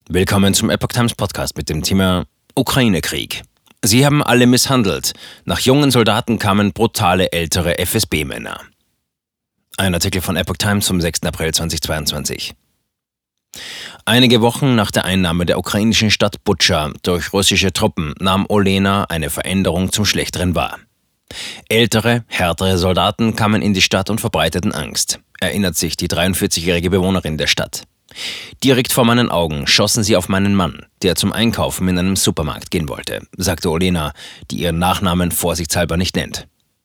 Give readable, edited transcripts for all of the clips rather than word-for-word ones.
Willkommen zum Epoch Times Podcast mit dem Thema Ukraine-Krieg. Sie haben alle misshandelt. Nach jungen Soldaten kamen brutale ältere FSB-Männer. Ein Artikel von Epoch Times vom 6. April 2022. Einige Wochen nach der Einnahme der ukrainischen Stadt Butscha durch russische Truppen nahm Olena eine Veränderung zum Schlechteren wahr. Ältere, härtere Soldaten kamen in die Stadt und verbreiteten Angst, erinnert sich die 43-jährige Bewohnerin der Stadt. Direkt vor meinen Augen schossen sie auf meinen Mann, der zum Einkaufen in einem Supermarkt gehen wollte, sagte Olena, die ihren Nachnamen vorsichtshalber nicht nennt.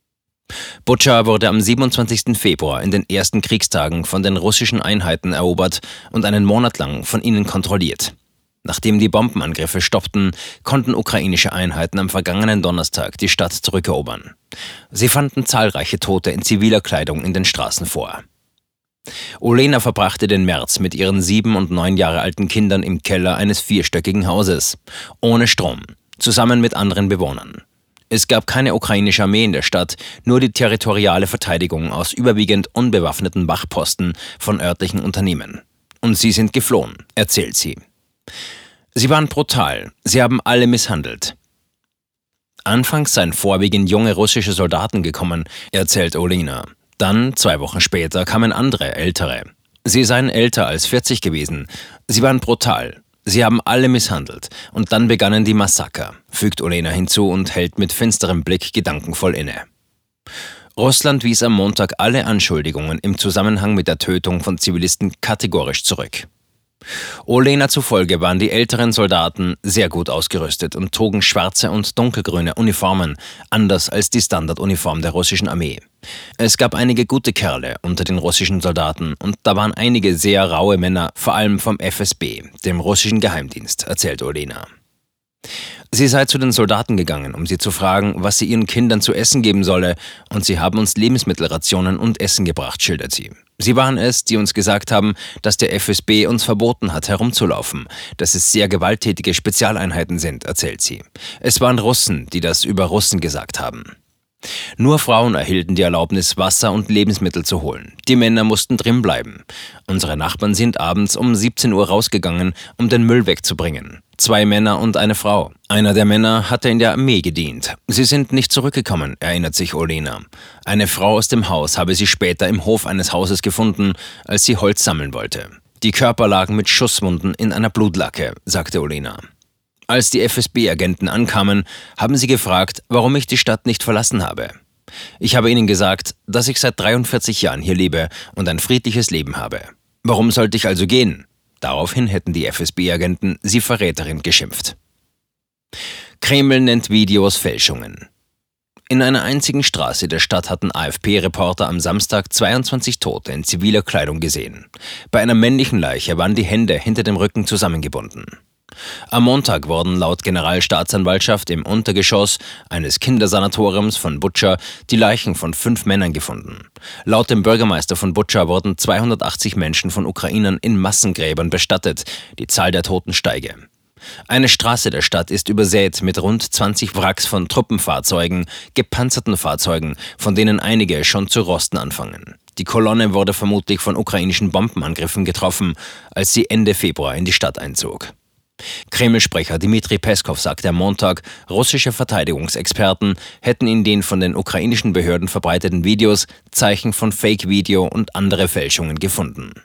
Butscha wurde am 27. Februar in den ersten Kriegstagen von den russischen Einheiten erobert und einen Monat lang von ihnen kontrolliert. Nachdem die Bombenangriffe stoppten, konnten ukrainische Einheiten am vergangenen Donnerstag die Stadt zurückerobern. Sie fanden zahlreiche Tote in ziviler Kleidung in den Straßen vor. Olena verbrachte den März mit ihren 7 und 9 Jahre alten Kindern im Keller eines 4-stöckigen Hauses, ohne Strom, zusammen mit anderen Bewohnern. Es gab keine ukrainische Armee in der Stadt, nur die territoriale Verteidigung aus überwiegend unbewaffneten Wachposten von örtlichen Unternehmen. Und sie sind geflohen, erzählt sie. Sie waren brutal, sie haben alle misshandelt. Anfangs seien vorwiegend junge russische Soldaten gekommen, erzählt Olena. Dann, 2 Wochen später, kamen andere, ältere. Sie seien älter als 40 gewesen. Sie waren brutal. Sie haben alle misshandelt. Und dann begannen die Massaker, fügt Olena hinzu und hält mit finsterem Blick gedankenvoll inne. Russland wies am Montag alle Anschuldigungen im Zusammenhang mit der Tötung von Zivilisten kategorisch zurück. Olena zufolge waren die älteren Soldaten sehr gut ausgerüstet und trugen schwarze und dunkelgrüne Uniformen, anders als die Standarduniform der russischen Armee. Es gab einige gute Kerle unter den russischen Soldaten und da waren einige sehr raue Männer, vor allem vom FSB, dem russischen Geheimdienst, erzählt Olena. Sie sei zu den Soldaten gegangen, um sie zu fragen, was sie ihren Kindern zu essen geben solle, und sie haben uns Lebensmittelrationen und Essen gebracht, schildert sie. Sie waren es, die uns gesagt haben, dass der FSB uns verboten hat, herumzulaufen, dass es sehr gewalttätige Spezialeinheiten sind, erzählt sie. Es waren Russen, die das über Russen gesagt haben. Nur Frauen erhielten die Erlaubnis, Wasser und Lebensmittel zu holen. Die Männer mussten drin bleiben. Unsere Nachbarn sind abends um 17 Uhr rausgegangen, um den Müll wegzubringen. 2 Männer und eine Frau. Einer der Männer hatte in der Armee gedient. Sie sind nicht zurückgekommen, erinnert sich Olena. Eine Frau aus dem Haus habe sie später im Hof eines Hauses gefunden, als sie Holz sammeln wollte. Die Körper lagen mit Schusswunden in einer Blutlacke, sagte Olena. Als die FSB-Agenten ankamen, haben sie gefragt, warum ich die Stadt nicht verlassen habe. Ich habe ihnen gesagt, dass ich seit 43 Jahren hier lebe und ein friedliches Leben habe. Warum sollte ich also gehen? Daraufhin hätten die FSB-Agenten sie Verräterin geschimpft. Kreml nennt Videos Fälschungen. In einer einzigen Straße der Stadt hatten AFP-Reporter am Samstag 22 Tote in ziviler Kleidung gesehen. Bei einer männlichen Leiche waren die Hände hinter dem Rücken zusammengebunden. Am Montag wurden laut Generalstaatsanwaltschaft im Untergeschoss eines Kindersanatoriums von Butscha die Leichen von 5 Männern gefunden. Laut dem Bürgermeister von Butscha wurden 280 Menschen von Ukrainern in Massengräbern bestattet. Die Zahl der Toten steige. Eine Straße der Stadt ist übersät mit rund 20 Wracks von Truppenfahrzeugen, gepanzerten Fahrzeugen, von denen einige schon zu rosten anfangen. Die Kolonne wurde vermutlich von ukrainischen Bombenangriffen getroffen, als sie Ende Februar in die Stadt einzog. Kreml-Sprecher Dmitri Peskov sagte am Montag, russische Verteidigungsexperten hätten in den von den ukrainischen Behörden verbreiteten Videos Zeichen von Fake-Video und andere Fälschungen gefunden.